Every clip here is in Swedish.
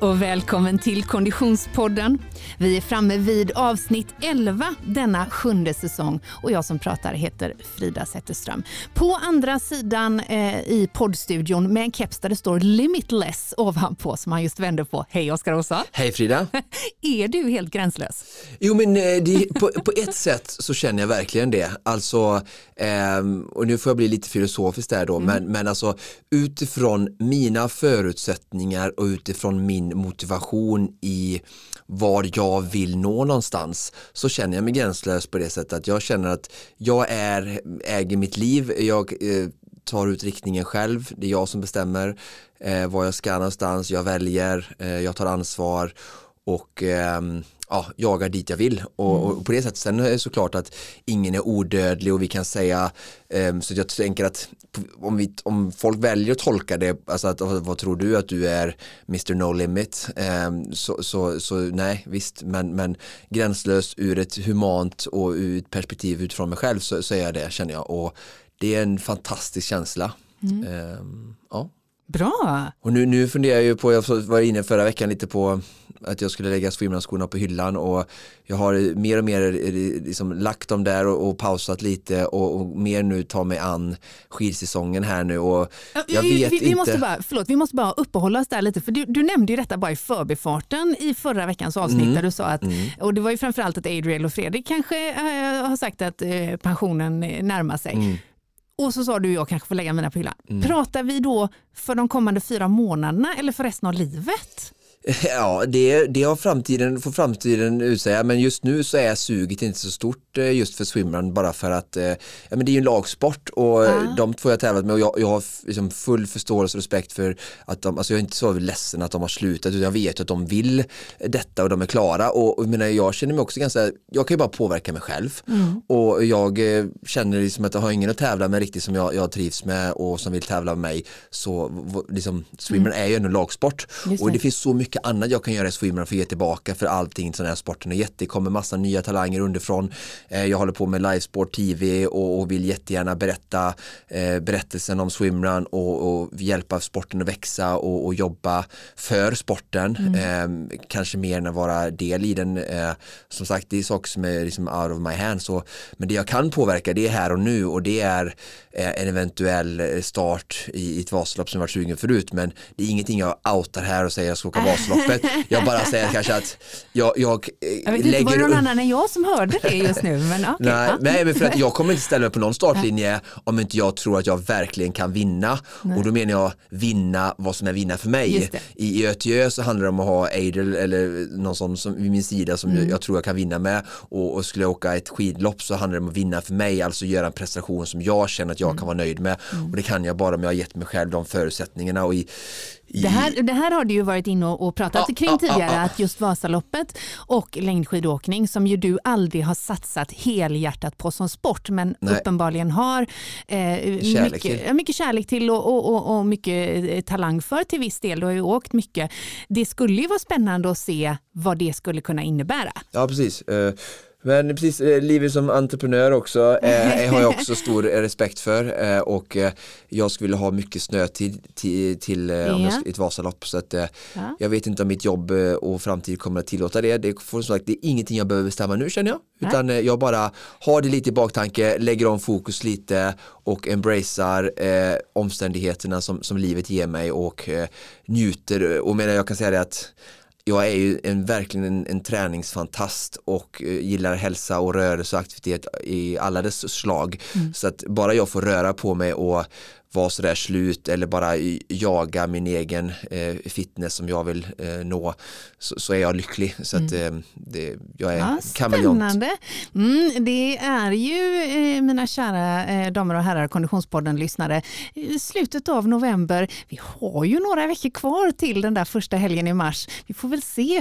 och välkommen till Konditionspodden. Vi är framme vid avsnitt 11 denna 7:e säsong och jag som pratar heter Frida Zetterström. På andra sidan i poddstudion med en keps där det står Limitless ovanpå som han just vände på. Hej Oskar Åsa. Hej Frida. Är du helt gränslös? Jo men på ett sätt så känner jag verkligen det. Alltså, och nu får jag bli lite filosofisk där då, men alltså utifrån mina förutsättningar och utifrån min motivation i var jag vill nå någonstans så känner jag mig gränslös på det sättet att jag känner att jag äger mitt liv, jag tar ut riktningen själv, det är jag som bestämmer var jag ska någonstans, jag väljer, jag tar ansvar och jagar dit jag vill och på det sättet sen är det såklart att ingen är odödlig och vi kan säga så jag tänker att om folk väljer att tolka det alltså att vad tror du att du är Mr. No Limit så nej visst men gränslös ur ett humant och ur ett perspektiv utifrån mig själv så är jag det känner jag och det är en fantastisk känsla. Ja. Bra! Och nu funderar jag ju på, jag var inne förra veckan lite på att jag skulle lägga swimrun-skorna på hyllan och jag har mer och mer liksom lagt dem där och pausat lite och mer nu ta mig an skidsäsongen här nu och jag vet inte... Vi måste bara uppehålla oss där lite för du nämnde ju detta bara i förbifarten i förra veckans avsnitt där du sa att, och det var ju framförallt att Adriel och Fredrik kanske har sagt att pensionen närmar sig. Och så sa du jag kanske får lägga mina på hyllan. Pratar vi då för de kommande 4 månaderna eller för resten av livet? Ja, det har framtiden utsäga, men just nu så är suget inte så stort just för swimrun bara för att men det är ju en lagsport och de två jag tävlat med och jag har liksom full förståelse och respekt för att de, alltså jag är inte så ledsen att de har slutat utan jag vet att de vill detta och de är klara och jag känner mig också ganska, jag kan ju bara påverka mig själv och jag känner liksom att jag har ingen att tävla med riktigt som jag trivs med och som vill tävla med mig så liksom swimrun är ju en lagsport och det finns så mycket annat jag kan göra i swimrun för att ge tillbaka för allting sån här sporten och det kommer massa nya talanger underifrån. Jag håller på med livesport TV och vill jättegärna berätta berättelsen om swimrun och hjälpa sporten att växa och jobba för sporten. Kanske mer än att vara del i den. Som sagt, det är saker som är liksom out of my hands. Men det jag kan påverka det är här och nu och det är en eventuell start i ett Vasalopp som jag varit sugen förut men det är ingenting jag outar här och säger att jag ska åka Vasaloppet. Jag bara säger kanske att jag vet inte, var det någon annan än jag som hörde det just nu men okay. Nej, men för att jag kommer inte ställa mig på någon startlinje om inte jag tror att jag verkligen kan vinna och då menar jag vinna vad som är vinna för mig. I Ötjö så handlar det om att ha Adel eller någon sån som vid min sida som jag tror jag kan vinna med och skulle jag åka ett skidlopp så handlar det om att vinna för mig, alltså göra en prestation som jag känner att jag kan vara nöjd med och det kan jag bara om jag har gett mig själv de förutsättningarna och det här har du ju varit inne och pratat kring tidigare att just Vasaloppet och längdskidåkning som ju du aldrig har satsat helhjärtat på som sport men uppenbarligen har mycket kärlek till och mycket talang för till viss del. Du har ju åkt mycket. Det skulle ju vara spännande att se vad det skulle kunna innebära. Ja, precis. Men precis, livet som entreprenör också har jag också stor respekt för och jag skulle ha mycket snö till ett Vasalopp så att jag vet inte om mitt jobb och framtid kommer att tillåta det. Det är ingenting jag behöver bestämma nu känner jag utan jag bara har det lite i baktanke, lägger om fokus lite och embracear omständigheterna som livet ger mig och njuter och menar jag kan säga det att jag är ju verkligen en träningsfantast och gillar hälsa och rörelse och aktivitet i alla dess slag. Så att bara jag får röra på mig och vara så där slut eller bara jaga min egen fitness som jag vill nå så är jag lycklig så att jag är kameleont. Spännande. Det är ju mina kära damer och herrar Konditionspodden-lyssnare slutet av november. Vi har ju några veckor kvar till den där första helgen i mars. Vi får väl se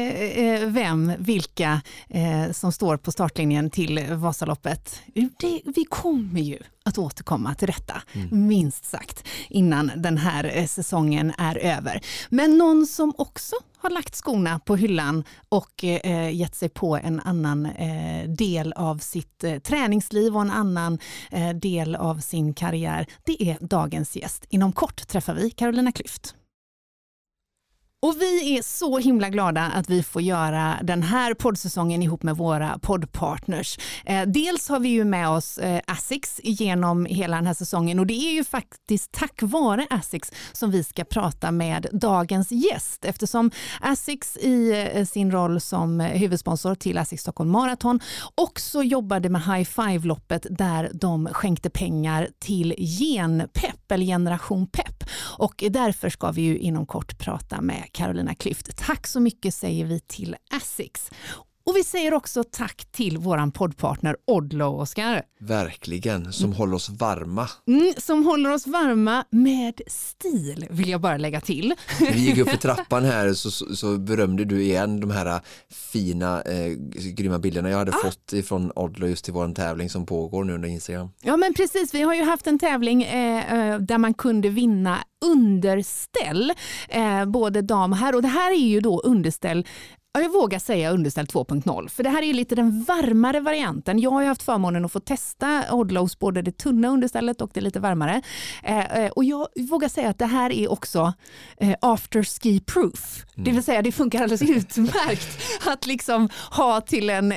vilka som står på startlinjen till Vasaloppet. Vi kommer ju att återkomma till detta, minst sagt, innan den här säsongen är över. Men någon som också har lagt skorna på hyllan och gett sig på en annan del av sitt träningsliv och en annan del av sin karriär, det är dagens gäst. Inom kort träffar vi Carolina Klüft. Och vi är så himla glada att vi får göra den här poddsäsongen ihop med våra poddpartners. Dels har vi ju med oss Asics genom hela den här säsongen och det är ju faktiskt tack vare Asics som vi ska prata med dagens gäst. Eftersom Asics i sin roll som huvudsponsor till Asics Stockholm Marathon också jobbade med High Five-loppet där de skänkte pengar till Genpepp eller Generation Pepp. Och därför ska vi ju inom kort prata med Carolina Klüft. Tack så mycket säger vi till Asics. Och vi säger också tack till våran poddpartner Odlo, Oskar. Verkligen, som håller oss varma. Som håller oss varma med stil, vill jag bara lägga till. Vi gick upp för trappan här så berömde du igen de här fina, grymma bilderna jag hade fått ifrån Odlo just till vår tävling som pågår nu under Instagram. Ja men precis, vi har ju haft en tävling där man kunde vinna underställ, både dam och herr. Och det här är ju då underställ. Jag vågar säga underställ 2.0 för det här är ju lite den varmare varianten. Jag har ju haft förmånen att få testa Odlos både det tunna understället och det lite varmare. Och jag vågar säga att det här är också after ski proof. Det vill säga det funkar alldeles utmärkt att liksom ha till en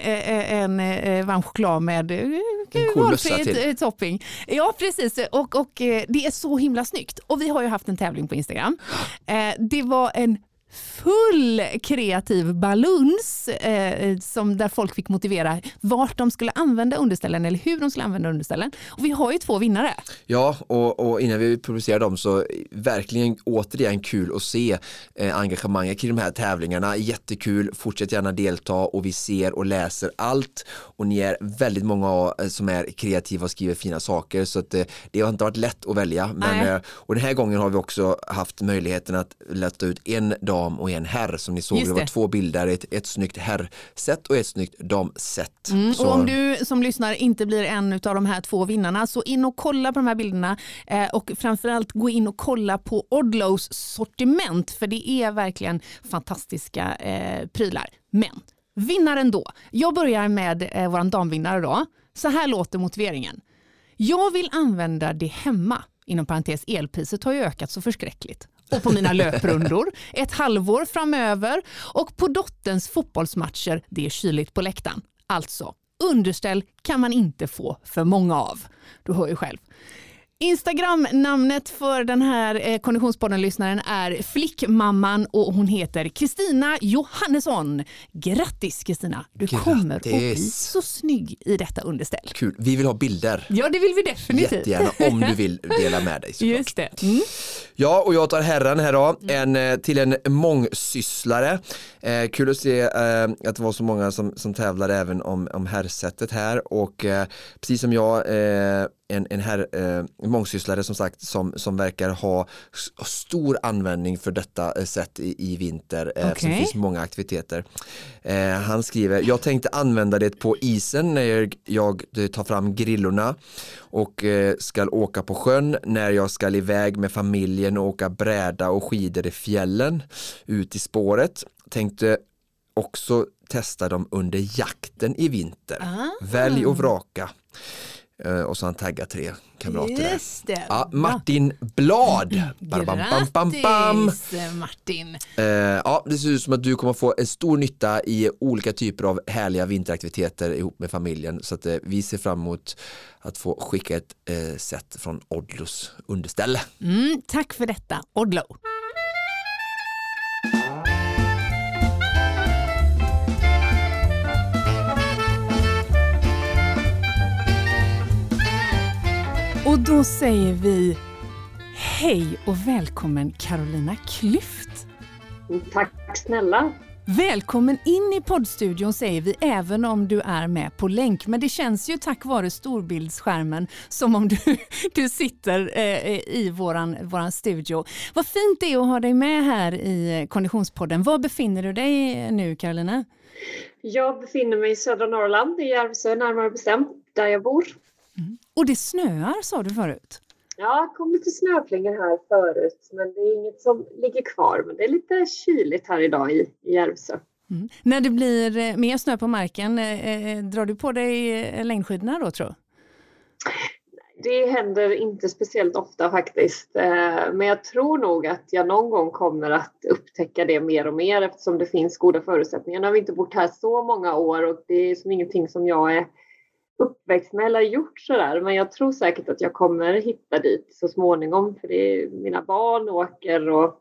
varm choklad med valfri topping. Ja precis och det är så himla snyggt. Och vi har ju haft en tävling på Instagram. Det var en full kreativ baluns som där folk fick motivera vart de skulle använda underställen eller hur de skulle använda underställen. Och vi har ju 2 vinnare. Ja, och innan vi publicerar dem så verkligen återigen kul att se engagemanget kring de här tävlingarna. Jättekul, fortsätt gärna delta och vi ser och läser allt och ni är väldigt många som är kreativa och skriver fina saker så att det har inte varit lätt att välja. Men, och den här gången har vi också haft möjligheten att lätta ut en dam och en herr som ni såg. Det var 2 bilder, ett snyggt herrsätt och ett snyggt damsätt. Och om du som lyssnar inte blir en av de här 2 vinnarna så in och kolla på de här bilderna och framförallt gå in och kolla på Odlos sortiment för det är verkligen fantastiska prylar. Men vinnaren då. Jag börjar med våran damvinnare då. Så här låter motiveringen. Jag vill använda det hemma. Inom parentes, elpriset har ju ökat så förskräckligt. Och på mina löprundor, ett halvår framöver och på dotterns fotbollsmatcher, det är kyligt på läktaren. Alltså, underställ kan man inte få för många av. Du hör ju själv. Instagram-namnet för den här Konditionspodden-lyssnaren är Flickmamman och hon heter Kristina Johannesson. Grattis Kristina, du kommer att bli så snygg i detta underställ. Kul, vi vill ha bilder. Ja, det vill vi definitivt. Jättegärna om du vill dela med dig såklart. Just det. Ja, och jag tar herran här då, till en mångsysslare. Kul att se att det var så många som tävlade även om herrsättet här och precis som jag en mångsysslare som sagt som verkar ha stor användning för detta sätt i vinter. Det finns många aktiviteter. Han skriver, jag tänkte använda det på isen när jag tar fram grillorna och ska åka på sjön när jag ska iväg med familjen och åka bräda och skidor i fjällen ut i spåret. Tänkte också testa dem under jakten i vinter. Välj och vraka. Och så han taggar 3 kamrater Just det. Ja, Martin Blad. Grattis Martin. Ja, det ser ut som att du kommer få en stor nytta i olika typer av härliga vinteraktiviteter ihop med familjen. Så att vi ser fram emot att få skicka ett set från Odlos underställe. Tack för detta, Odlo. Och då säger vi hej och välkommen Carolina Klüft. Tack snälla. Välkommen in i poddstudion säger vi även om du är med på länk. Men det känns ju tack vare storbildsskärmen som om du sitter i våran studio. Vad fint det är att ha dig med här i Konditionspodden. Var befinner du dig nu Carolina? Jag befinner mig i södra Norrland, i Järvsö närmare bestämt, där jag bor. Och det snöar sa du förut? Ja, det kom lite snöflingor här förut men det är inget som ligger kvar. Men det är lite kyligt här idag i Järvsö. När det blir mer snö på marken, drar du på dig längdskidorna då tror du? Det händer inte speciellt ofta faktiskt. Men jag tror nog att jag någon gång kommer att upptäcka det mer och mer eftersom det finns goda förutsättningar. Nu har vi inte bott här så många år och det är som ingenting som jag är uppväxt med eller gjort sådär. Men jag tror säkert att jag kommer hitta dit så småningom. För det är mina barn åker och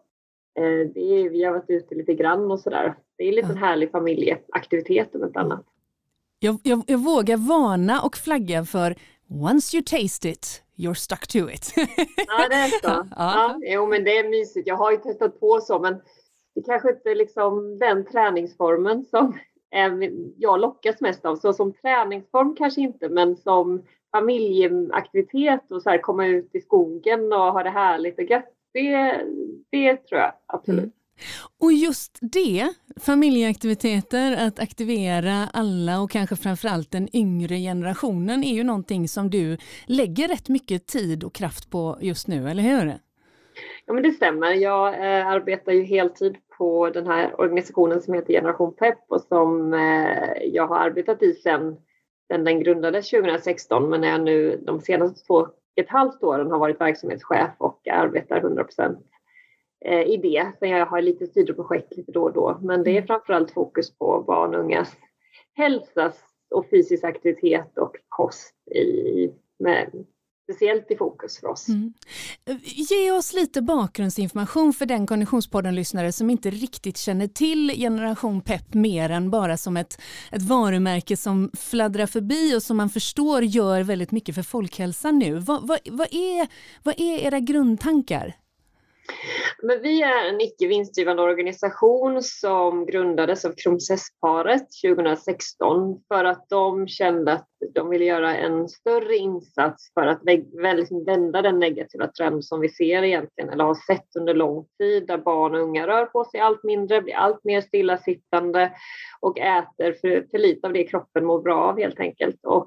vi har varit ute lite grann och sådär. Det är lite en härlig familjeaktivitet om ett annat. Jag vågar varna och flagga för once you taste it, you're stuck to it. Ja, det är så. Ja. Jo, men det är mysigt. Jag har ju testat på så, men det kanske inte liksom den träningsformen som jag lockas mest av. Så som träningsform kanske inte, men som familjeaktivitet och så här komma ut i skogen och ha det härligt och gött. Det tror jag absolut. Mm. Och just det, familjeaktiviteter, att aktivera alla och kanske framförallt den yngre generationen är ju någonting som du lägger rätt mycket tid och kraft på just nu, eller hur? Ja, men det stämmer. Jag arbetar ju heltid på den här organisationen som heter Generation Pep och som jag har arbetat i sedan den grundades 2016, men jag nu de senaste 2,5 åren har varit verksamhetschef och arbetar 100% i det. Så jag har lite sidoprojekt lite då och då. Men det är framförallt fokus på barn och ungas hälsa och fysisk aktivitet och kost speciellt i fokus för oss. Mm. Ge oss lite bakgrundsinformation för den Konditionspodden-lyssnare som inte riktigt känner till Generation Pep mer än bara som ett varumärke som fladdrar förbi och som man förstår gör väldigt mycket för folkhälsan nu. Vad är era grundtankar? Men vi är en icke-vinstgivande organisation som grundades av Kronprinsessparet 2016 för att de kände att de ville göra en större insats för att vända den negativa trend som vi ser egentligen eller har sett under lång tid där barn och unga rör på sig allt mindre, blir allt mer stillasittande och äter för lite av det kroppen mår bra av helt enkelt. Och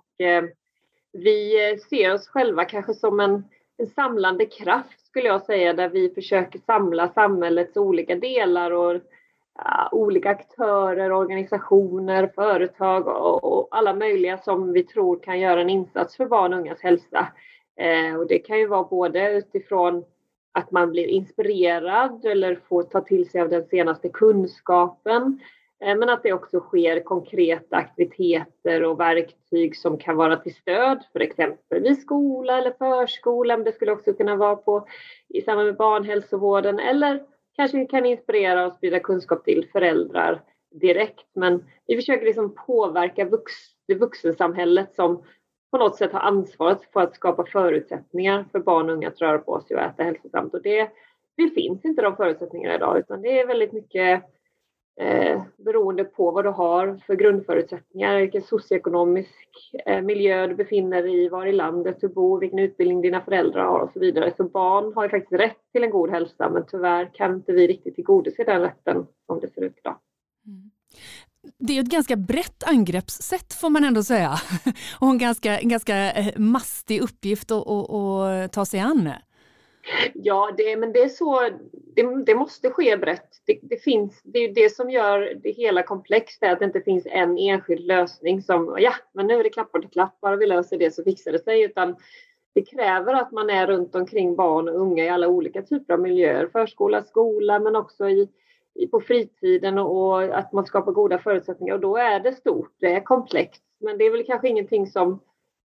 vi ser oss själva kanske som en samlande kraft skulle jag säga, där vi försöker samla samhällets olika delar och olika aktörer, organisationer, företag och alla möjliga som vi tror kan göra en insats för barn och ungas hälsa. Och det kan ju vara både utifrån att man blir inspirerad eller får ta till sig av den senaste kunskapen, men att det också sker konkreta aktiviteter och verktyg som kan vara till stöd för exempelvis skola eller förskola. Men det skulle också kunna vara i samband med barnhälsovården eller kanske kan inspirera och sprida kunskap till föräldrar direkt. Men vi försöker liksom påverka det vuxensamhället som på något sätt har ansvaret för att skapa förutsättningar för barn och unga att röra på sig och äta hälsosamt. Och det finns inte de förutsättningarna idag, utan det är väldigt mycket beroende på vad du har för grundförutsättningar, vilken socioekonomisk miljö du befinner dig i, var i landet du bor, vilken utbildning dina föräldrar har och så vidare. Så barn har ju faktiskt rätt till en god hälsa, men tyvärr kan inte vi riktigt tillgodose den rätten som det ser ut idag. Mm. Det är ett ganska brett angreppssätt får man ändå säga och en ganska mastig uppgift att ta sig an. Ja, men det är så, det måste ske brett. Det är det som gör det hela komplext, är att det inte finns en enskild lösning som, men nu är det klappar till klapp, bara vi löser det så fixar det sig, utan det kräver att man är runt omkring barn och unga i alla olika typer av miljöer, förskola, skola, men också på fritiden och att man skapar goda förutsättningar, och då är det stort, det är komplext, men det är väl kanske ingenting som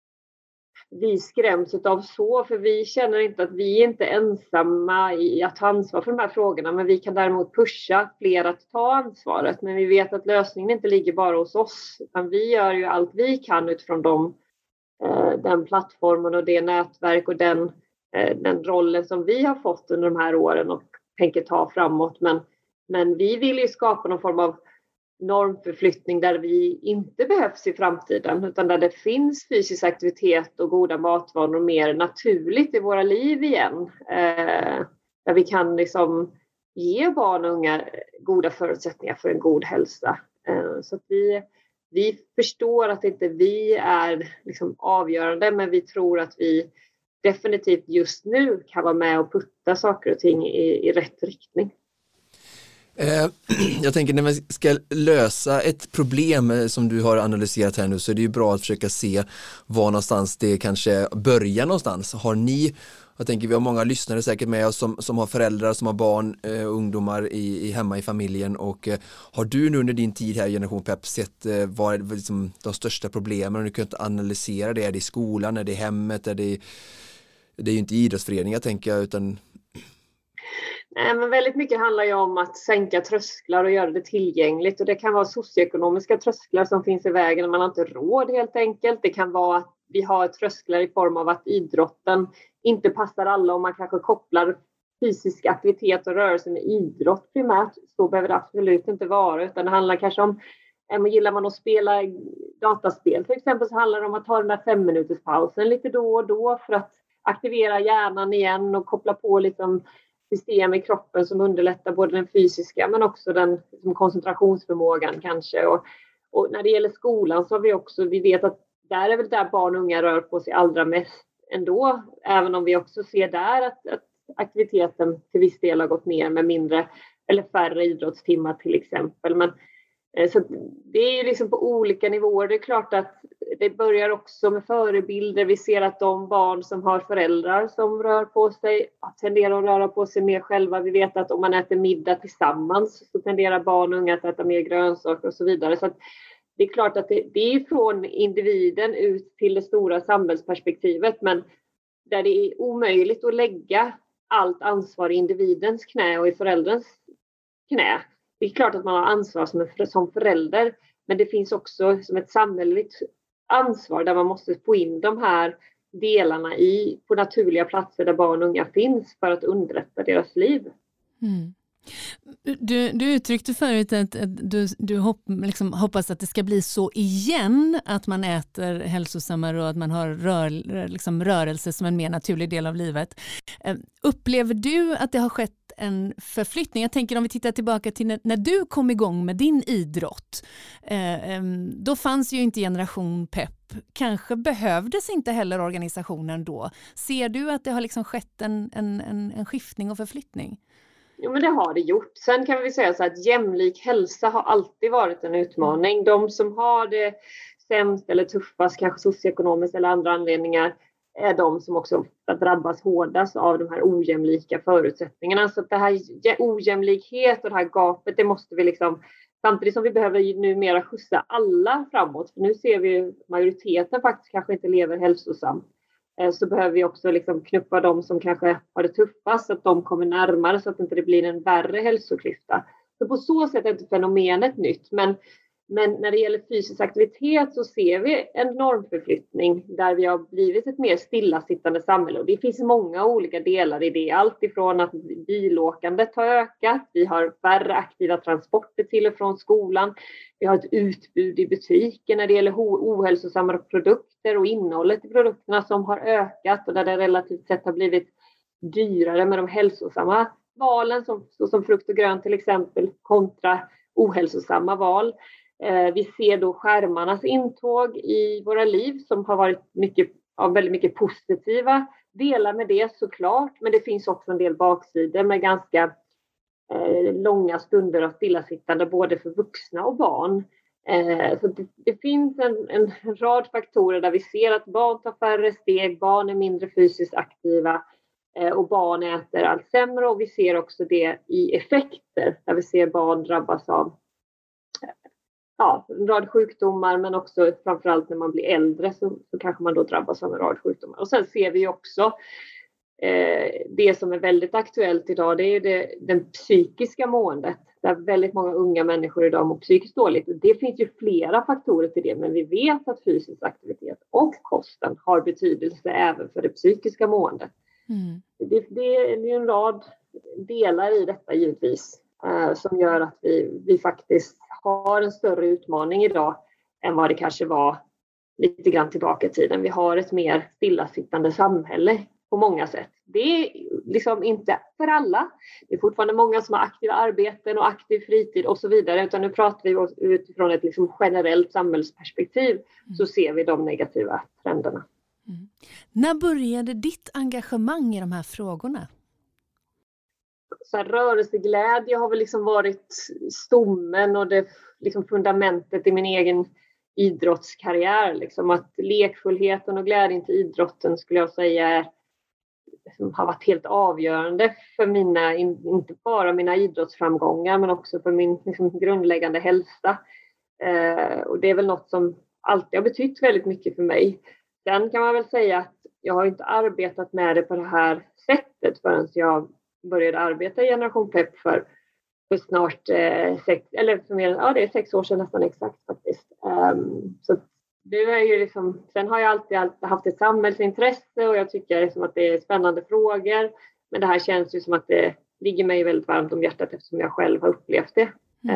vi skräms av så, för vi känner inte att vi är inte ensamma i att ta ansvar för de här frågorna, men vi kan däremot pusha fler att ta ansvaret. Men vi vet att lösningen inte ligger bara hos oss, utan vi gör ju allt vi kan utifrån den plattformen och det nätverk och den rollen som vi har fått under de här åren och tänker ta framåt. Men vi vill ju skapa någon form av normförflyttning där vi inte behövs i framtiden, utan där det finns fysisk aktivitet och goda matvanor mer naturligt i våra liv igen. Där vi kan liksom ge barn och unga goda förutsättningar för en god hälsa. Så att vi förstår att inte vi är liksom avgörande, men vi tror att vi definitivt just nu kan vara med och putta saker och ting i rätt riktning. Jag tänker när man ska lösa ett problem som du har analyserat här nu, så är det ju bra att försöka se var någonstans det kanske börjar någonstans. Har ni, jag tänker vi har många lyssnare säkert med oss som har föräldrar, som har barn och ungdomar hemma i familjen, och har du nu under din tid här i Generation Pep sett vad är liksom de största problemen, och du kan inte analysera det, är det i skolan, är det i hemmet, det är ju inte idrottsföreningar tänker jag, utan... Nej, men väldigt mycket handlar ju om att sänka trösklar och göra det tillgängligt, och det kan vara socioekonomiska trösklar som finns i vägen när man har inte råd helt enkelt. Det kan vara att vi har trösklar i form av att idrotten inte passar alla, och man kanske kopplar fysisk aktivitet och rörelse med idrott primärt. Så behöver det absolut inte vara, utan det handlar kanske om, gillar man att spela dataspel till exempel, så handlar det om att ta den där 5 minuters pausen lite då och då för att aktivera hjärnan igen och koppla på liksom system i kroppen som underlättar både den fysiska men också den liksom koncentrationsförmågan kanske. Och när det gäller skolan så har vi vet att där är väl där barn och unga rör på sig allra mest ändå, även om vi också ser där att aktiviteten till viss del har gått ner med mindre eller färre idrottstimmar till exempel. Men så det är ju liksom på olika nivåer. Det är klart att det börjar också med förebilder. Vi ser att de barn som har föräldrar som rör på sig tenderar att röra på sig mer själva. Vi vet att om man äter middag tillsammans så tenderar barn och unga att äta mer grönsaker och så vidare. Så att det är klart att det är från individen ut till det stora samhällsperspektivet, men där det är omöjligt att lägga allt ansvar i individens knä och i förälderns knä. Det är klart att man har ansvar som förälder, men det finns också som ett samhälleligt ansvar där man måste få in de här delarna på naturliga platser där barn och unga finns för att underlätta deras liv. Mm. Du uttryckte förut att du hoppas att det ska bli så igen, att man äter hälsosammare och att man har rörelse som en mer naturlig del av livet. Upplever du att det har skett en förflyttning? Jag tänker om vi tittar tillbaka till när du kom igång med din idrott. Då fanns ju inte Generation Pep. Kanske behövdes inte heller organisationen då. Ser du att det har liksom skett en skiftning och förflyttning? Jo, men det har det gjort. Sen kan vi säga så att jämlik hälsa har alltid varit en utmaning. De som har det sämst eller tuffast, kanske socioekonomiskt eller andra anledningar, är de som också drabbas hårdast av de här ojämlika förutsättningarna. Så att det här ojämlikhet och det här gapet, det måste vi liksom, samtidigt som vi behöver numera skjutsa alla framåt. För nu ser vi majoriteten faktiskt kanske inte lever hälsosamt. Så behöver vi också liksom knuppa de som kanske har det tuffast, så att de kommer närmare, så att inte det blir en värre hälsoklyfta. Så på så sätt är inte fenomenet nytt. Men när det gäller fysisk aktivitet så ser vi en normförflyttning där vi har blivit ett mer stillasittande samhälle. Och det finns många olika delar i det. Allt ifrån att bilåkandet har ökat. Vi har färre aktiva transporter till och från skolan. Vi har ett utbud i butiken när det gäller ohälsosamma produkter och innehållet i produkterna som har ökat. Och där det relativt sett har blivit dyrare med de hälsosamma valen som frukt och grönt till exempel kontra ohälsosamma val. Vi ser då skärmarnas intåg i våra liv som har varit väldigt mycket positiva delar med det såklart. Men det finns också en del baksidor med ganska långa stunder av stillasittande både för vuxna och barn. Så det finns en rad faktorer där vi ser att barn tar färre steg, barn är mindre fysiskt aktiva och barn äter allt sämre. Och vi ser också det i effekter där vi ser barn drabbas av en rad sjukdomar, men också framförallt när man blir äldre så kanske man då drabbas av en rad sjukdomar. Och sen ser vi också det som är väldigt aktuellt idag, det är den psykiska måendet. Där väldigt många unga människor idag mår psykiskt dåligt. Det finns ju flera faktorer till det, men vi vet att fysisk aktivitet och kosten har betydelse även för det psykiska måendet. Mm. Det är en rad delar i detta givetvis som gör att vi faktiskt har en större utmaning idag än vad det kanske var lite grann tillbaka i tiden. Vi har ett mer stillasittande samhälle på många sätt. Det är liksom inte för alla. Det är fortfarande många som har aktiva arbeten och aktiv fritid och så vidare. Utan nu pratar vi utifrån ett liksom generellt samhällsperspektiv så ser vi de negativa trenderna. Mm. När började ditt engagemang i de här frågorna? så här, rörelseglädje har väl liksom varit stommen och det liksom fundamentet i min egen idrottskarriär. Liksom. Att lekfullheten och glädjen till idrotten skulle jag säga har varit helt avgörande för mina, inte bara mina idrottsframgångar men också för min liksom, grundläggande hälsa. Och det är väl något som alltid har betytt väldigt mycket för mig. Sen kan man väl säga att jag har inte arbetat med det på det här sättet förrän jag började arbeta i Generation Pep för snart 6 år sedan nästan exakt faktiskt. Så det är ju liksom, sen har jag alltid haft ett samhällsintresse och jag tycker liksom att det är spännande frågor. Men det här känns ju som att det ligger mig väldigt varmt om hjärtat eftersom jag själv har upplevt det.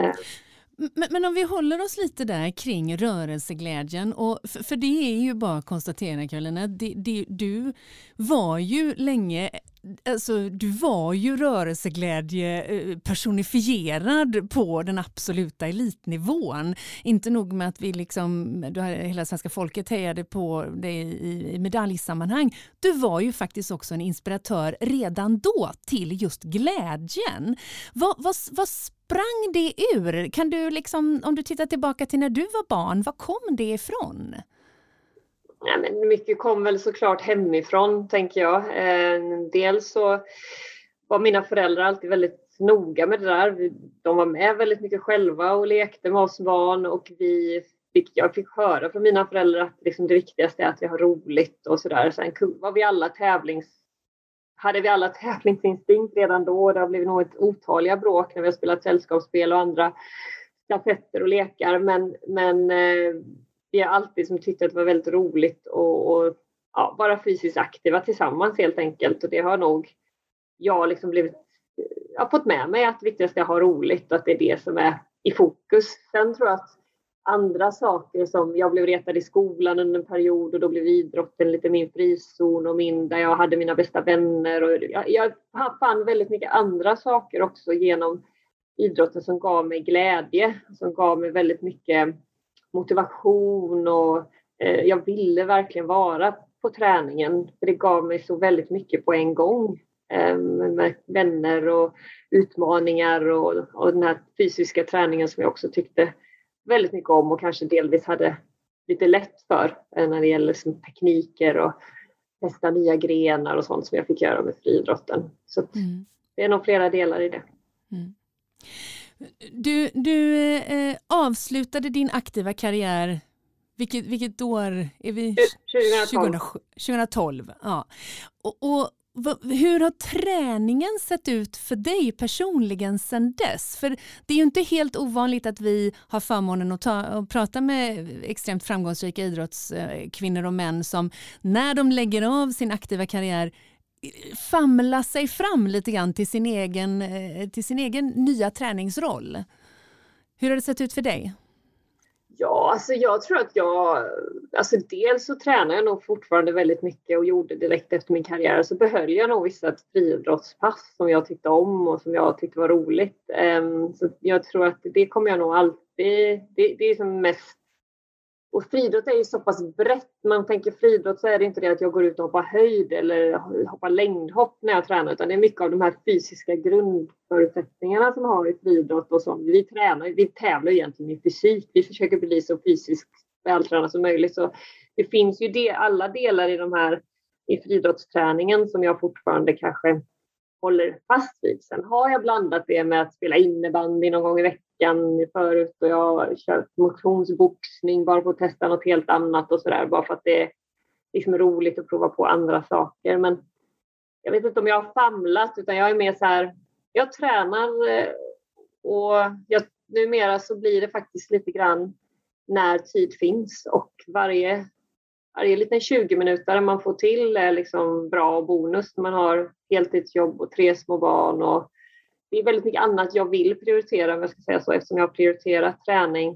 Men om vi håller oss lite där kring rörelseglädjen, och för det är ju bara att konstatera, Karolina, du var ju länge, alltså du var ju rörelseglädje personifierad på den absoluta elitnivån. Inte nog med att vi liksom, hela svenska folket hejade på det i medaljsammanhang. Du var ju faktiskt också en inspiratör redan då till just glädjen. Vad sprang det ur? Kan du liksom, om du tittar tillbaka till när du var barn, var kom det ifrån? Ja, men mycket kom väl såklart hemifrån, tänker jag. Dels så var mina föräldrar alltid väldigt noga med det där. De var med väldigt mycket själva och lekte med oss barn. Och jag fick höra från mina föräldrar att liksom det viktigaste är att vi har roligt och sådär. Sen var vi alla hade vi alla tävlingsinstinkt redan då. Det har blivit något otaliga bråk när vi har spelat sällskapsspel och andra stafetter och lekar. Men vi har alltid som tyckt att det var väldigt roligt och vara fysiskt aktiva tillsammans helt enkelt. Och det har nog jag liksom fått med mig att det viktigaste är att ha roligt och att det är det som är i fokus. Sen tror jag att andra saker som jag blev retad i skolan under en period och då blev idrotten lite min frizon och där jag hade mina bästa vänner. Och jag fann väldigt mycket andra saker också genom idrotten som gav mig glädje, som gav mig väldigt mycket motivation och jag ville verkligen vara på träningen för det gav mig så väldigt mycket på en gång med vänner och utmaningar och den här fysiska träningen som jag också tyckte väldigt mycket om och kanske delvis hade lite lätt för när det gäller liksom tekniker och testa nya grenar och sånt som jag fick göra med friidrotten. Så det är nog flera delar i det. Mm. Du avslutade din aktiva karriär, vilket år är vi? 2012. Ja. Och hur har träningen sett ut för dig personligen sedan dess? För det är ju inte helt ovanligt att vi har förmånen att prata med extremt framgångsrika idrottskvinnor och män som när de lägger av sin aktiva karriär famla sig fram lite grann till sin egen nya träningsroll. Hur har det sett ut för dig? Ja, alltså jag tror att dels så tränar jag nog fortfarande väldigt mycket och gjorde direkt efter min karriär så behöll jag nog vissa friidrottspass som jag tyckte om och som jag tyckte var roligt. Så jag tror att det kommer jag nog alltid, det är som mest. Och friidrott är ju så pass brett. Man tänker friidrott så är det inte det att jag går ut och hoppar höjd eller hoppar längdhopp när jag tränar. Utan det är mycket av de här fysiska grundförutsättningarna som har i friidrott och sånt. Vi tävlar egentligen i fysik. Vi försöker bli så fysiskt vältränade som möjligt. Så det finns ju alla delar i friidrottsträningen som jag fortfarande kanske håller fast vid. Sen har jag blandat det med att spela innebandy någon gång i veckan förut och jag har kört motionsboxning bara för att testa något helt annat och sådär. Bara för att det är liksom roligt att prova på andra saker. Men jag vet inte om jag har famlat utan jag är mer så här, jag tränar och numera så blir det faktiskt lite grann när tid finns och varje liten 20 minuter man får till är liksom bra bonus när man har heltidsjobb och 3 små barn och det är väldigt mycket annat jag vill prioritera om jag ska säga så eftersom jag har prioriterat träning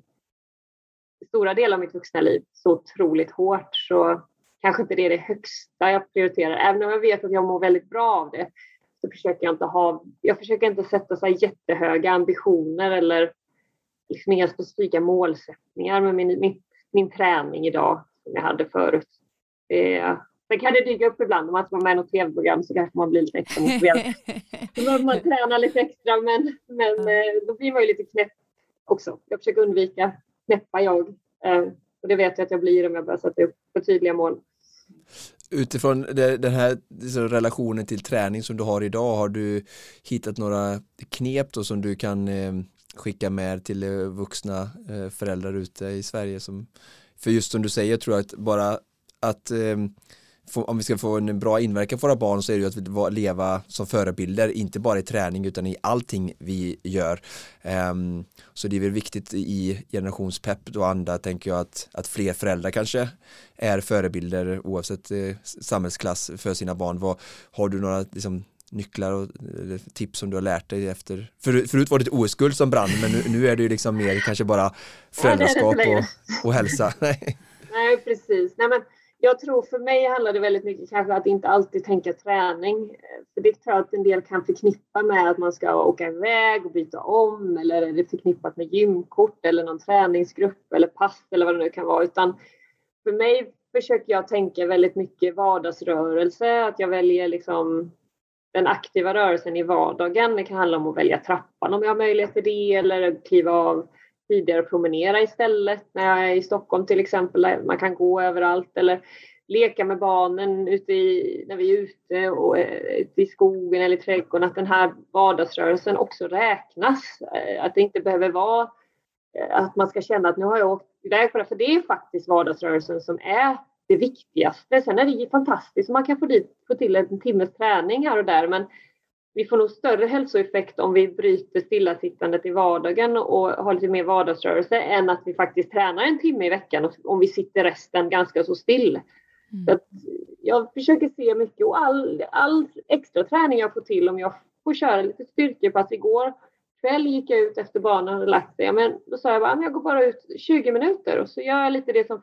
i stora delar av mitt vuxna liv så otroligt hårt så kanske inte det är det högsta jag prioriterar. Även om jag vet att jag mår väldigt bra av det så försöker jag försöker inte sätta så jättehöga ambitioner eller liksom inga specifika målsättningar med min träning idag som jag hade förut. Sen kan det dyka upp ibland om man ska vara med i något tv-program, så kanske man blir lite extra motiverad. Så man tränar lite extra, men då blir man ju lite knäpp också. Jag försöker undvika knäppa jag. Och det vet jag att jag blir om jag börjar sätta upp för tydliga mål. Utifrån den här relationen till träning som du har idag, har du hittat några knep då som du kan skicka med till vuxna föräldrar ute i Sverige? För just som du säger, jag tror att bara att om vi ska få en bra inverkan för våra barn, så är det ju att vi leva som förebilder, inte bara i träning utan i allting vi gör. Så det är väl viktigt i generationspepp och andra, tänker jag, att fler föräldrar kanske är förebilder oavsett samhällsklass för sina barn. Har du några nycklar och tips som du har lärt dig efter? Förut var det ett OS-guld som brann, men nu är det ju liksom mer kanske bara föräldraskap och hälsa. Nej, precis. Nej, men jag tror för mig handlar det väldigt mycket kanske att inte alltid tänka träning. För det tror jag att en del kan förknippa med att man ska åka iväg och byta om, eller är det förknippat med gymkort eller någon träningsgrupp eller pass eller vad det nu kan vara. Utan för mig försöker jag tänka väldigt mycket vardagsrörelse, att jag väljer liksom den aktiva rörelsen i vardagen. Det kan handla om att välja trappan om jag har möjlighet till det, eller kliva av tidigare och promenera istället när jag är i Stockholm till exempel. Man kan gå överallt, eller leka med barnen när vi är ute och ute i skogen eller i trädgården. Att den här vardagsrörelsen också räknas. Att det inte behöver vara att man ska känna att nu har jag åkt iväg på det. För det är faktiskt vardagsrörelsen som är det viktigaste. Sen är det ju fantastiskt. Man kan få till en timmes träning här och där. Men vi får nog större hälsoeffekt om vi bryter stillasittandet i vardagen och har lite mer vardagsrörelse, än att vi faktiskt tränar en timme i veckan om vi sitter resten ganska så still. Så att jag försöker se mycket, och all extra träning jag får till, om jag får köra lite styrkepass. Igår kväll gick jag ut efter barnen hade lagt sig. Men då sa jag bara, jag går bara ut 20 minuter och så gör jag lite det som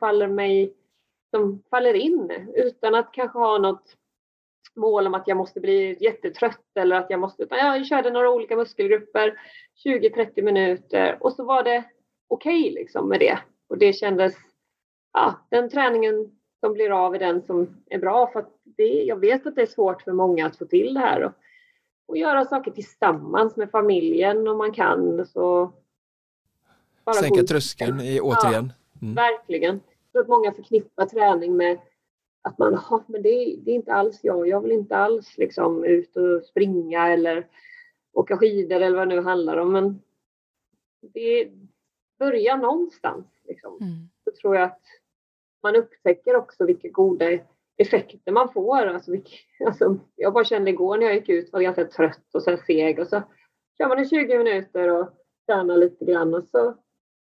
faller in, utan att kanske ha något mål om att jag måste bli jättetrött eller att jag körde några olika muskelgrupper 20-30 minuter, och så var det okej liksom med det. Och det kändes, den träningen som blir av är den som är bra, för att jag vet att det är svårt för många att få till det här och göra saker tillsammans med familjen om man kan. Så bara sänka tröskeln återigen. Verkligen. Så att många förknippar träning med att men det är inte alls jag vill inte alls liksom ut och springa eller åka skidor eller vad det nu handlar om. Men det börjar någonstans liksom. Så tror jag att man upptäcker också vilka goda effekter man får. Alltså, jag bara kände igår när jag gick ut, var ganska trött och sen seg, och så kör man i 20 minuter och tränar lite grann, och så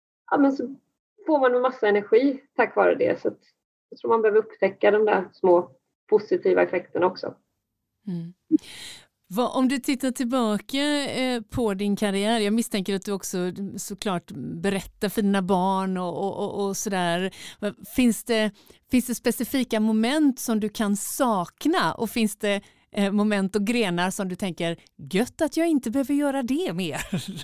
får man en massa energi tack vare det. Så jag tror man behöver upptäcka de där små positiva effekterna också. Om du tittar tillbaka på din karriär, jag misstänker att du också såklart berättar för dina barn och sådär. Finns det specifika moment som du kan sakna, och finns det moment och grenar som du tänker, gött att jag inte behöver göra det mer?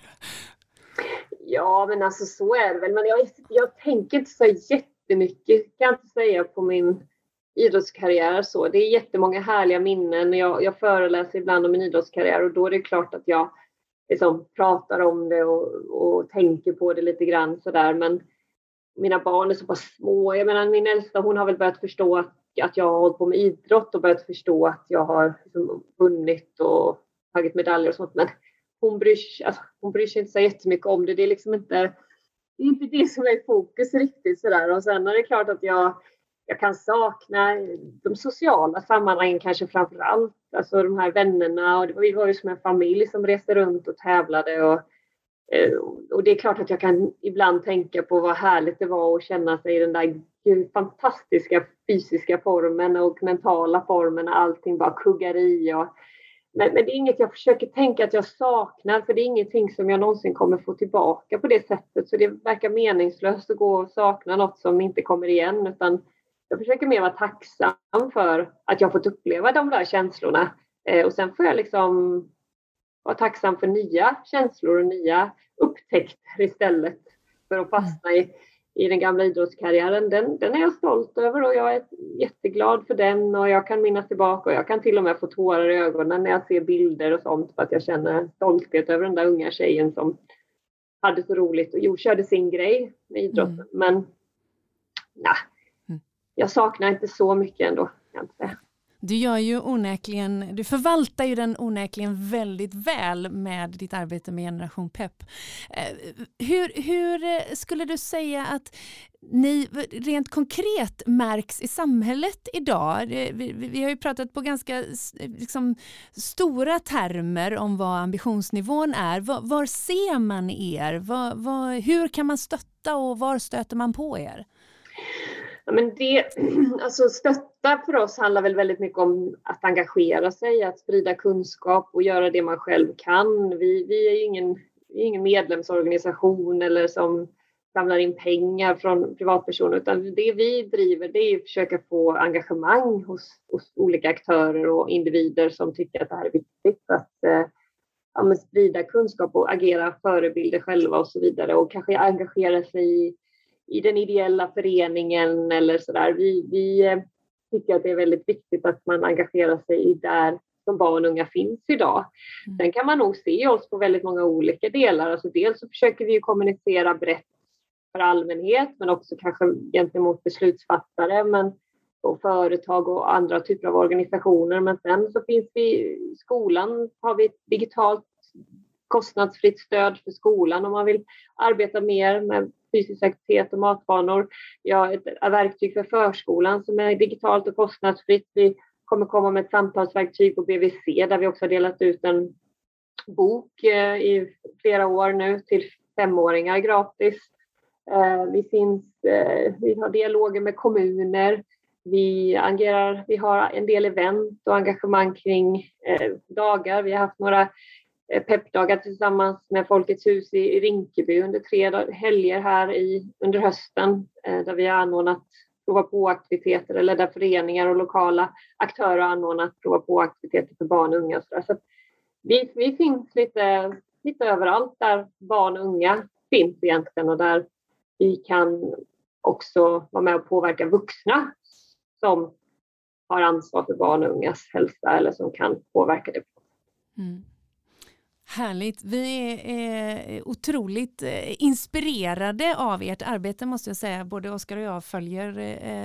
Ja, men alltså så är det väl. Men jag tänker inte så jättemycket, kan jag inte säga, på min idrottskarriär. Så. Det är jättemånga härliga minnen. Jag föreläser ibland om min idrottskarriär, och då är det klart att jag liksom pratar om det och tänker på det lite grann sådär. Men mina barn är så pass små. Jag menar, min äldsta, hon har väl börjat förstå att jag har hållit på med idrott och börjat förstå att jag har liksom vunnit och tagit medaljer och sånt. Men hon bryr sig inte så jättemycket om det. Det är liksom inte det som är i fokus riktigt sådär. Och sen är det klart att jag kan sakna de sociala sammanhangen kanske framför allt. Alltså de här vännerna, och vi var ju som en familj som reste runt och tävlade. Och det är klart att jag kan ibland tänka på vad härligt det var att känna sig i den där fantastiska fysiska formen och mentala formen när allting bara kuggar i. Men det är inget jag försöker tänka att jag saknar, för det är ingenting som jag någonsin kommer få tillbaka på det sättet. Så det verkar meningslöst att gå och sakna något som inte kommer igen, utan jag försöker mer vara tacksam för att jag fått uppleva de där känslorna. Och sen får jag liksom vara tacksam för nya känslor och nya upptäckter istället för att fastna i den gamla idrottskarriären. Den är jag stolt över, och jag är jätteglad för den, och jag kan minnas tillbaka och jag kan till och med få tårar i ögonen när jag ser bilder och sånt, för att jag känner stolthet över den där unga tjejen som hade så roligt och körde sin grej med idrotten. Men nej, jag saknar inte så mycket ändå, kan jag inte säga. Du förvaltar ju den onekligen väldigt väl med ditt arbete med Generation Pep. Hur skulle du säga att ni rent konkret märks i samhället idag? Vi har ju pratat på ganska liksom, stora termer om vad ambitionsnivån är. Var ser man er? Hur kan man stötta och var stöter man på er? Ja, men alltså stötta för oss handlar väl väldigt mycket om att engagera sig, att sprida kunskap och göra det man själv kan. Vi är ju ingen medlemsorganisation eller som samlar in pengar från privatpersoner, utan det vi driver, det är att försöka få engagemang hos olika aktörer och individer som tycker att det här är viktigt, att sprida kunskap och agera förebilder själva och så vidare, och kanske engagera sig i den ideella föreningen eller sådär. Vi tycker att det är väldigt viktigt att man engagerar sig i där som barn och unga finns idag. Sen kan man nog se oss på väldigt många olika delar. Alltså dels så försöker vi kommunicera brett för allmänhet, men också kanske gentemot beslutsfattare och företag och andra typer av organisationer. Men sen så finns vi i skolan, har vi ett digitalt kostnadsfritt stöd för skolan om man vill arbeta mer med fysisk aktivitet och matvanor. Vi har ett verktyg för förskolan som är digitalt och kostnadsfritt. Vi kommer komma med ett samtalsverktyg på BVC där vi också har delat ut en bok i flera år nu till 5-åringar gratis. Vi har dialoger med kommuner. Vi har en del event och engagemang kring dagar. Vi har haft några peppdagar tillsammans med Folkets hus i Rinkeby under 3 helger här under hösten, där vi har anordnat prova på-aktiviteter, eller där föreningar och lokala aktörer har anordnat prova på-aktiviteter för barn och unga. Så att vi finns lite överallt där barn och unga finns egentligen, och där vi kan också vara med och påverka vuxna som har ansvar för barn och ungas hälsa eller som kan påverka det. Härligt. Vi är otroligt inspirerade av ert arbete, måste jag säga. Både Oskar och jag följer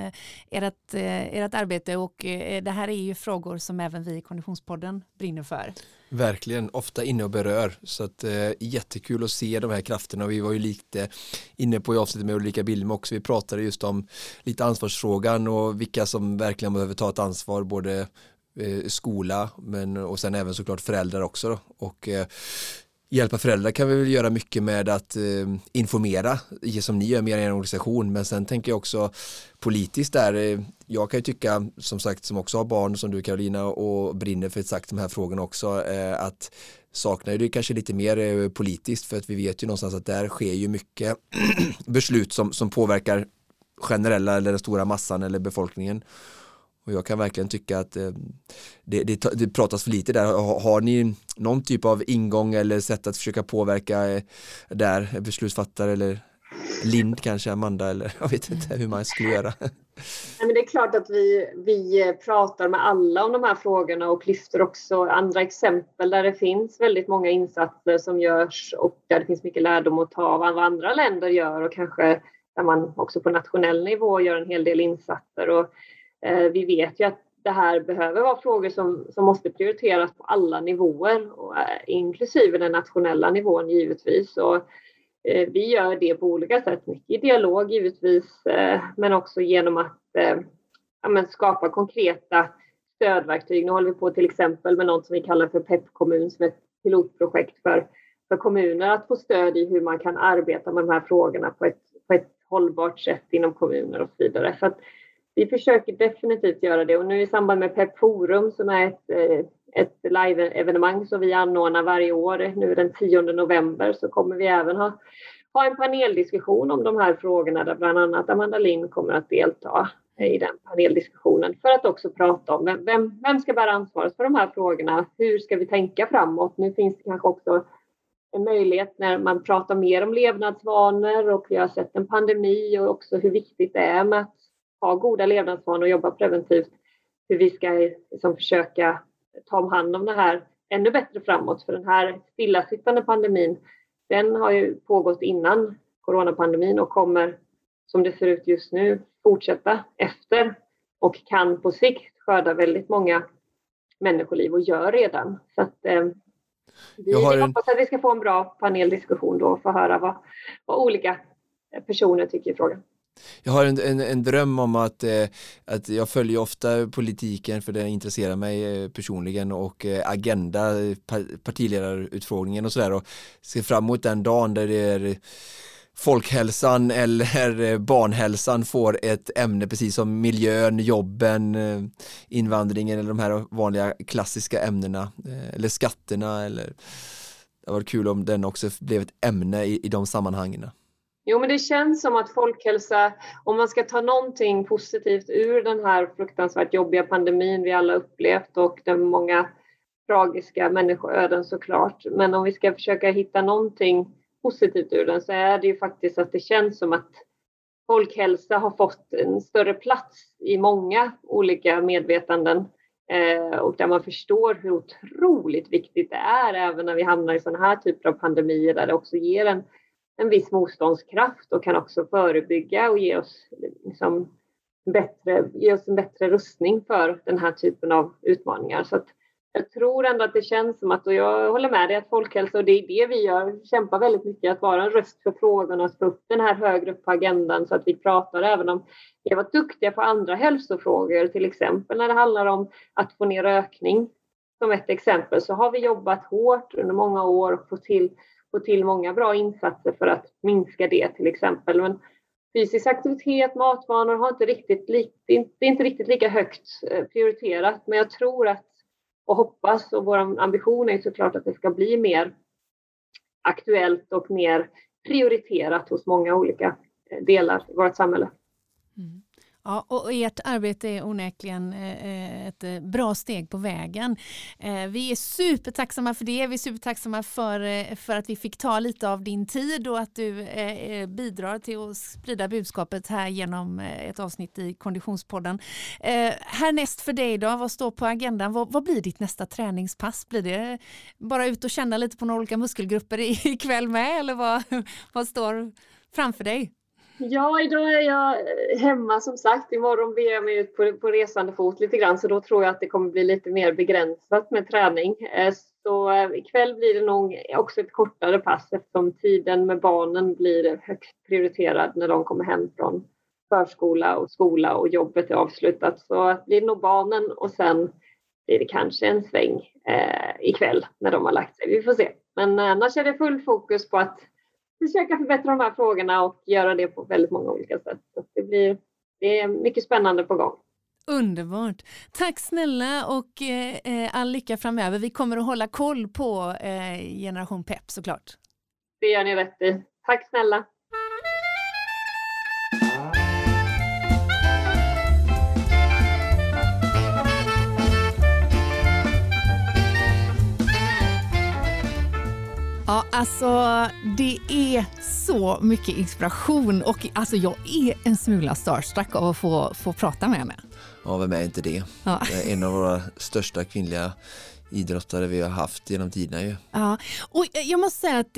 ert arbete, och det här är ju frågor som även vi i Konditionspodden brinner för. Verkligen, ofta inne och berör. Så att jättekul att se de här krafterna. Och vi var ju lite inne på i avsnittet med Ulrika Billme också. Vi pratade just om lite ansvarsfrågan och vilka som verkligen behöver ta ett ansvar, både skola och sen även såklart föräldrar också då. Och hjälpa föräldrar kan vi väl göra mycket med att informera, som ni gör med er organisation, men sen tänker jag också politiskt där. Jag kan ju tycka, som sagt, som också har barn som du Carolina och brinner för exakt de här frågorna också, att saknar det kanske lite mer politiskt, för att vi vet ju någonstans att där sker ju mycket beslut som påverkar generella eller den stora massan eller befolkningen. Och jag kan verkligen tycka att det pratas för lite där. Har ni någon typ av ingång eller sätt att försöka påverka där beslutsfattare, eller Lind kanske, Amanda, eller jag vet inte hur man skulle göra? Nej, men det är klart att vi pratar med alla om de här frågorna och lyfter också andra exempel där det finns väldigt många insatser som görs och där det finns mycket lärdom att ta av vad andra länder gör, och kanske där man också på nationell nivå gör en hel del insatser. Och vi vet ju att det här behöver vara frågor som måste prioriteras på alla nivåer, och inklusive den nationella nivån givetvis. Och vi gör det på olika sätt, mycket i dialog givetvis, men också genom att skapa konkreta stödverktyg. Nu håller vi på till exempel med något som vi kallar för PEP-kommun, som är ett pilotprojekt för kommuner att få stöd i hur man kan arbeta med de här frågorna på ett hållbart sätt inom kommuner och så vidare. Så att vi försöker definitivt göra det, och nu i samband med PEP Forum, som är ett live-evenemang som vi anordnar varje år, nu den 10 november, så kommer vi även ha en paneldiskussion om de här frågorna, där bland annat Amanda Lind kommer att delta i den paneldiskussionen, för att också prata om vem ska bära ansvaret för de här frågorna, hur ska vi tänka framåt. Nu finns det kanske också en möjlighet när man pratar mer om levnadsvanor, och vi har sett en pandemi och också hur viktigt det är med att ha goda levnadsvanor och jobba preventivt, hur vi ska liksom försöka ta hand om det här ännu bättre framåt. För den här stillasittande pandemin, den har ju pågått innan coronapandemin och kommer, som det ser ut just nu, fortsätta efter och kan på sikt skörda väldigt många människoliv och gör redan. Så att vi hoppas att vi ska få en bra paneldiskussion då och få höra vad olika personer tycker i frågan. Jag har en dröm om att jag följer ofta politiken för det intresserar mig personligen och agenda, partiledarutfrågningen och sådär, och ser fram emot den dagen där det är folkhälsan eller barnhälsan får ett ämne precis som miljön, jobben, invandringen eller de här vanliga klassiska ämnena eller skatterna. Eller det var kul om den också blev ett ämne i de sammanhangen. Jo, men det känns som att folkhälsa, om man ska ta någonting positivt ur den här fruktansvärt jobbiga pandemin vi alla upplevt och de många tragiska människoöden såklart. Men om vi ska försöka hitta någonting positivt ur den så är det ju faktiskt att det känns som att folkhälsa har fått en större plats i många olika medvetanden och där man förstår hur otroligt viktigt det är även när vi hamnar i sådana här typer av pandemier där det också ger en viss motståndskraft och kan också förebygga och ge oss en bättre rustning för den här typen av utmaningar. Så att jag tror ändå att det känns som att, och jag håller med dig, att folkhälsa, och det är det vi gör, kämpar väldigt mycket, att vara en röst för frågorna och få upp den här högre upp på agendan så att vi pratar även om, vi har varit duktiga på andra hälsofrågor, till exempel när det handlar om att få ner rökning. Som ett exempel så har vi jobbat hårt under många år och få till många bra insatser för att minska det till exempel. Men fysisk aktivitet, matvanor har det är inte riktigt lika högt prioriterat. Men jag tror att, och hoppas, och vår ambition är såklart att det ska bli mer aktuellt och mer prioriterat hos många olika delar i vårt samhälle. Mm. Ja, och ert arbete är onekligen ett bra steg på vägen. Vi är supertacksamma för det. Vi är supertacksamma för att vi fick ta lite av din tid och att du bidrar till att sprida budskapet här genom ett avsnitt i Konditionspodden. Härnäst för dig då, vad står på agendan? Vad blir ditt nästa träningspass? Blir det bara ut och känna lite på några olika muskelgrupper ikväll med? Eller vad står framför dig? Ja, idag är jag hemma som sagt. Imorgon beger jag mig ut på resande fot lite grann. Så då tror jag att det kommer bli lite mer begränsat med träning. Så ikväll blir det nog också ett kortare pass eftersom tiden med barnen blir högst prioriterad när de kommer hem från förskola och skola och jobbet är avslutat. Så blir det nog barnen och sen blir det kanske en sväng ikväll när de har lagt sig. Vi får se. Men annars är det full fokus på att försöka förbättra de här frågorna och göra det på väldigt många olika sätt. Så det är mycket spännande på gång. Underbart. Tack snälla och all lycka framöver. Vi kommer att hålla koll på Generation Pep såklart. Det gör ni rätt i. Tack snälla. Ja, alltså det är så mycket inspiration och alltså jag är en smula starstruck av att få prata med henne. Ja, vem är inte det? Ja. Det är en av våra största kvinnliga idrottare vi har haft genom tiderna ju. Ja, och jag måste säga att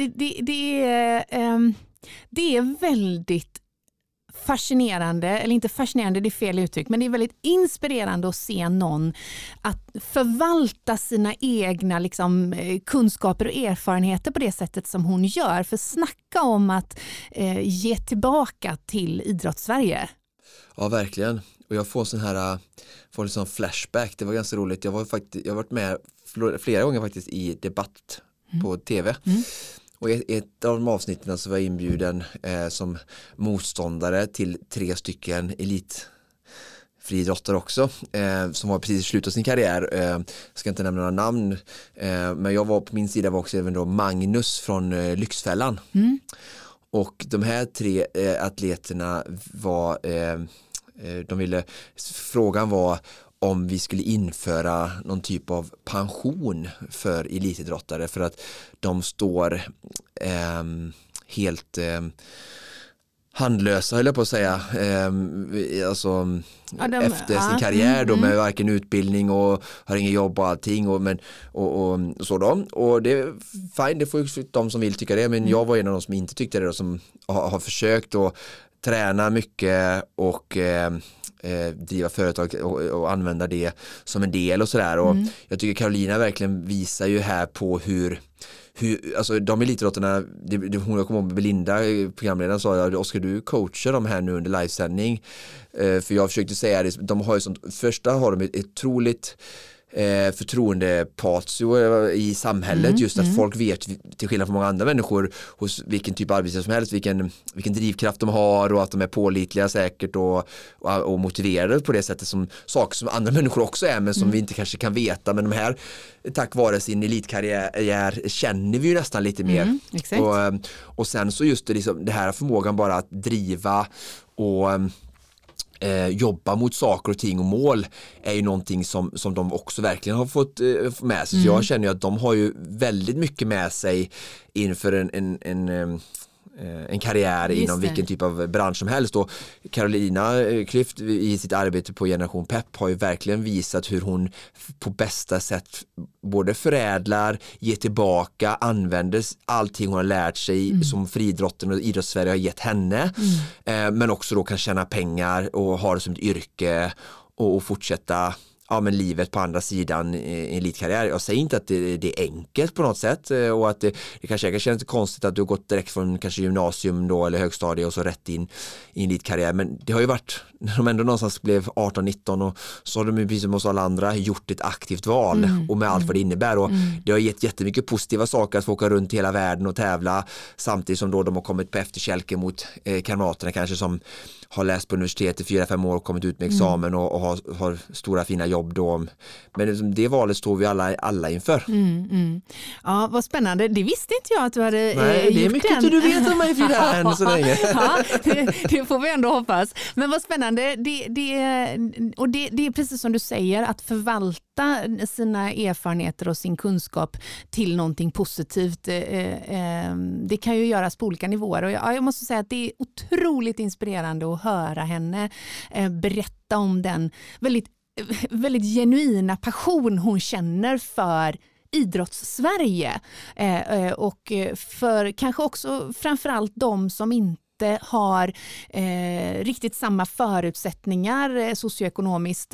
det är väldigt fascinerande, eller inte fascinerande, det är fel uttryck, men det är väldigt inspirerande att se någon att förvalta sina egna kunskaper och erfarenheter på det sättet som hon gör. För snacka om att ge tillbaka till idrottssverige. Ja, verkligen. Och jag får en sån flashback. Det var ganska roligt. Jag har varit med flera gånger faktiskt i debatt på tv. Mm. Och i ett av de avsnitten så var jag inbjuden som motståndare till 3 stycken elitfriidrottare också som var precis i slutet av sin karriär. Jag ska inte nämna några namn, men jag var på min sida var också även då Magnus från Lyxfällan. Mm. Och de här 3 atleterna var, frågan var om vi skulle införa någon typ av pension för elitidrottare för att de står helt handlösa, höll jag på att säga. Alltså, efter sin karriär då, med varken utbildning och har ingen jobb och allting och så då. Och det är fine, det får ju de som vill tycka det, men jag var en av de som inte tyckte det då, som har försökt att träna mycket och driva företag och använda det som en del och sådär. Och jag tycker Carolina verkligen visar ju här på hur alltså de elitidrottarna, hon kommer ihåg Belinda, programledaren, sa Oskar, du coachar de här nu under livesändning, för jag försökte säga det, de har ju sånt, första har de ett otroligt förtroendepatio i samhället, just att folk vet, till skillnad från många andra människor, hos vilken typ av arbetsgivare som helst, vilken drivkraft de har och att de är pålitliga säkert och motiverade på det sättet, som saker som andra människor också är, men som vi inte kanske kan veta, men de här, tack vare sin elitkarriär, känner vi ju nästan lite mer. Och sen så just det här förmågan bara att driva och jobba mot saker och ting och mål är ju någonting som de också verkligen har fått med sig. Så jag känner ju att de har ju väldigt mycket med sig inför en karriär inom vilken typ av bransch som helst. Och Carolina Klüft i sitt arbete på Generation Pep har ju verkligen visat hur hon på bästa sätt både förädlar, ger tillbaka, använder allting hon har lärt sig som friidrotten och idrottssverige har gett henne, men också då kan tjäna pengar och ha det som ett yrke och fortsätta men livet på andra sidan i elitkarriär. Jag säger inte att det är enkelt på något sätt, och att det kanske känns konstigt att du har gått direkt från kanske gymnasium då, eller högstadie och så rätt in i en elitkarriär, men det har ju varit, när de ändå någonstans blev 18-19 och så har de ju precis som oss alla andra gjort ett aktivt val och med allt vad det innebär, och det har gett jättemycket positiva saker att få åka runt hela världen och tävla, samtidigt som då de har kommit på efterkälken mot kamraterna kanske som har läst på universitet i 4-5 år och kommit ut med examen och har stora fina jobb då. Men det valet står vi alla inför. Ja, vad spännande. Det visste inte jag att du hade gjort. Nej, det är mycket du vet om mig, Frida, än så länge. Ja, det får vi ändå hoppas. Men vad spännande. Det är precis som du säger, att förvalta sina erfarenheter och sin kunskap till någonting positivt. Det kan ju göras på olika nivåer. Och jag måste säga att det är otroligt inspirerande att höra henne berätta om den väldigt genuina passion hon känner för idrotts-Sverige, och för kanske också framförallt de som inte har riktigt samma förutsättningar socioekonomiskt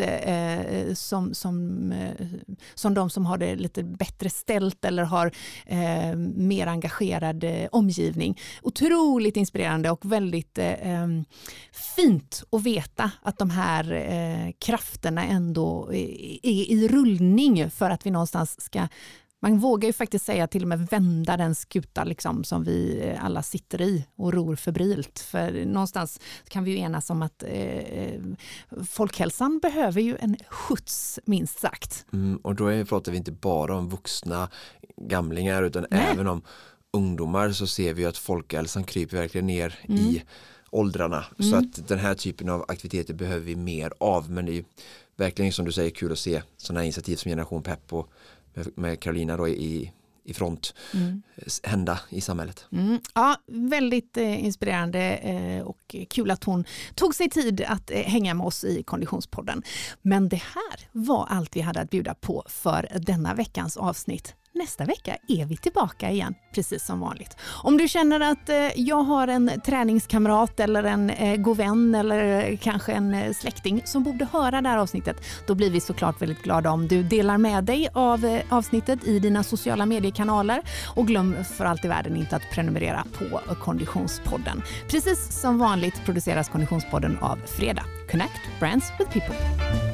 som de som har det lite bättre ställt eller har mer engagerad omgivning. Otroligt inspirerande och väldigt fint att veta att de här krafterna ändå är i rullning för att vi någonstans ska. Man vågar ju faktiskt säga till och med vända den skuta liksom, som vi alla sitter i och ror febrilt. För någonstans kan vi ju enas om att folkhälsan behöver ju en skjuts, minst sagt. Och då pratar vi inte bara om vuxna gamlingar, utan även om ungdomar, så ser vi att folkhälsan kryper verkligen ner i åldrarna. Så att den här typen av aktiviteter behöver vi mer av. Men det är ju verkligen, som du säger, kul att se sådana här initiativ som Generation Pep och med Carolina då i front hända i samhället. Ja, väldigt inspirerande och kul att hon tog sig tid att hänga med oss i Konditionspodden. Men det här var allt vi hade att bjuda på för denna veckans avsnitt. Nästa vecka är vi tillbaka igen, precis som vanligt. Om du känner att jag har en träningskamrat eller en god vän eller kanske en släkting som borde höra det här avsnittet, då blir vi såklart väldigt glada om du delar med dig av avsnittet i dina sociala mediekanaler, och glöm för allt i världen inte att prenumerera på Konditionspodden. Precis som vanligt produceras Konditionspodden av Fredag. Connect Brands with People.